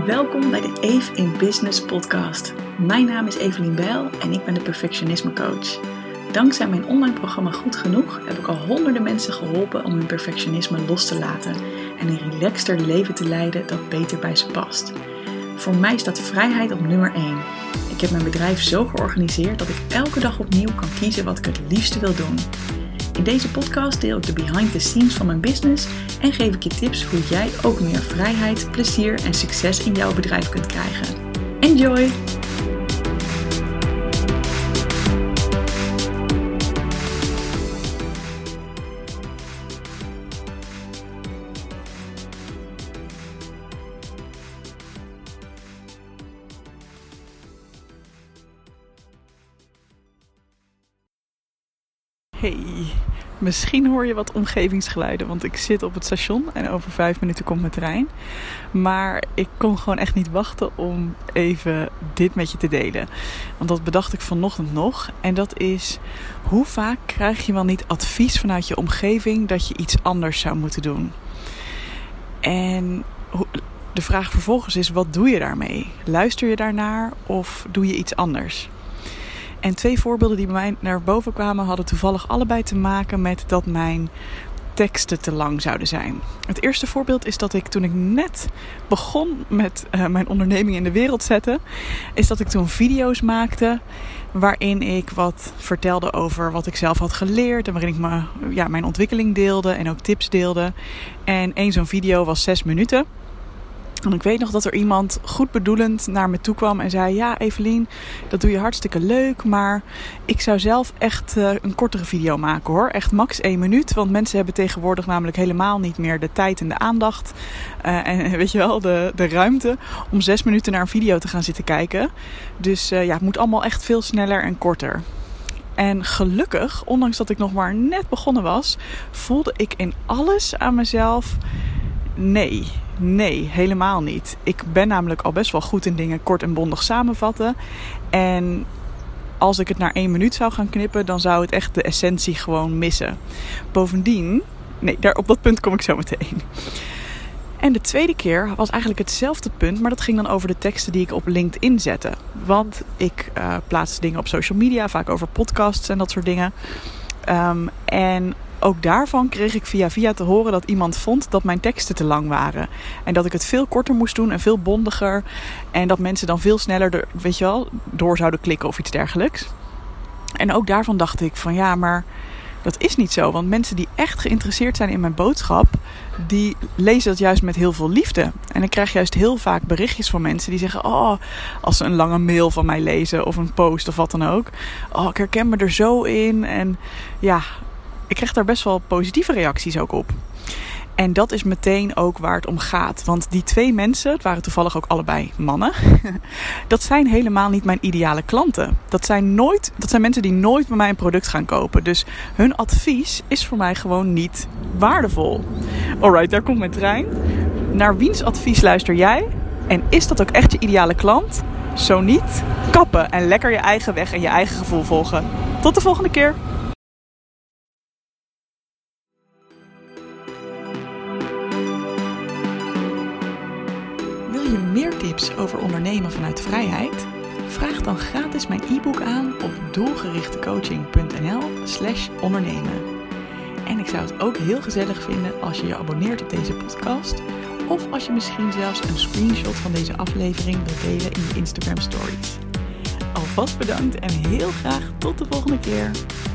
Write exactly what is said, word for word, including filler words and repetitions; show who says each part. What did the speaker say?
Speaker 1: Welkom bij de Eve in Business podcast. Mijn naam is Evelien Bijl en ik ben de perfectionisme coach. Dankzij mijn online programma Goed Genoeg heb ik al honderden mensen geholpen om hun perfectionisme los te laten en een relaxter leven te leiden dat beter bij ze past. Voor mij staat vrijheid op nummer één. Ik heb mijn bedrijf zo georganiseerd dat ik elke dag opnieuw kan kiezen wat ik het liefste wil doen. In deze podcast deel ik de behind the scenes van mijn business en geef ik je tips hoe jij ook meer vrijheid, plezier en succes in jouw bedrijf kunt krijgen. Enjoy!
Speaker 2: Hey, misschien hoor je wat omgevingsgeluiden, want ik zit op het station en over vijf minuten komt mijn trein. Maar ik kon gewoon echt niet wachten om even dit met je te delen. Want dat bedacht ik vanochtend nog. En dat is, hoe vaak krijg je wel niet advies vanuit je omgeving dat je iets anders zou moeten doen? En de vraag vervolgens is, wat doe je daarmee? Luister je daarnaar of doe je iets anders? En twee voorbeelden die bij mij naar boven kwamen hadden toevallig allebei te maken met dat mijn teksten te lang zouden zijn. Het eerste voorbeeld is dat ik toen ik net begon met uh, mijn onderneming in de wereld zetten, is dat ik toen video's maakte waarin ik wat vertelde over wat ik zelf had geleerd en waarin ik me, ja, mijn ontwikkeling deelde en ook tips deelde. En één zo'n video was zes minuten. En ik weet nog dat er iemand goed bedoelend naar me toe kwam en zei, ja Evelien, dat doe je hartstikke leuk, maar ik zou zelf echt uh, een kortere video maken hoor. Echt max één minuut, want mensen hebben tegenwoordig namelijk helemaal niet meer de tijd en de aandacht uh, en weet je wel, de, de ruimte om zes minuten naar een video te gaan zitten kijken. Dus uh, ja, het moet allemaal echt veel sneller en korter. En gelukkig, ondanks dat ik nog maar net begonnen was, voelde ik in alles aan mezelf, nee... Nee, helemaal niet. Ik ben namelijk al best wel goed in dingen kort en bondig samenvatten. En als ik het naar één minuut zou gaan knippen, dan zou het echt de essentie gewoon missen. Bovendien, nee, daar, op dat punt kom ik zo meteen. En de tweede keer was eigenlijk hetzelfde punt, maar dat ging dan over de teksten die ik op LinkedIn zette. Want ik uh, plaats dingen op social media, vaak over podcasts en dat soort dingen. Um, en ook daarvan kreeg ik via via te horen dat iemand vond dat mijn teksten te lang waren. En dat ik het veel korter moest doen en veel bondiger. En dat mensen dan veel sneller er, weet je wel, door zouden klikken of iets dergelijks. En ook daarvan dacht ik van ja, maar dat is niet zo. Want mensen die echt geïnteresseerd zijn in mijn boodschap, die lezen dat juist met heel veel liefde. En ik krijg juist heel vaak berichtjes van mensen die zeggen, oh, als ze een lange mail van mij lezen of een post of wat dan ook. Oh, ik herken me er zo in. En ja, ik krijg daar best wel positieve reacties ook op. En dat is meteen ook waar het om gaat. Want die twee mensen, het waren toevallig ook allebei mannen, dat zijn helemaal niet mijn ideale klanten. Dat zijn, nooit, dat zijn mensen die nooit bij mij een product gaan kopen. Dus hun advies is voor mij gewoon niet waardevol. Alright, daar komt mijn trein. Naar wiens advies luister jij? En is dat ook echt je ideale klant? Zo niet, kappen en lekker je eigen weg en je eigen gevoel volgen. Tot de volgende keer. Wil je meer tips over ondernemen vanuit vrijheid? Vraag dan gratis mijn e-book aan op doelgerichtecoaching.nl slash ondernemen. En ik zou het ook heel gezellig vinden als je je abonneert op deze podcast, of als je misschien zelfs een screenshot van deze aflevering wilt delen in je Instagram stories. Alvast bedankt en heel graag tot de volgende keer.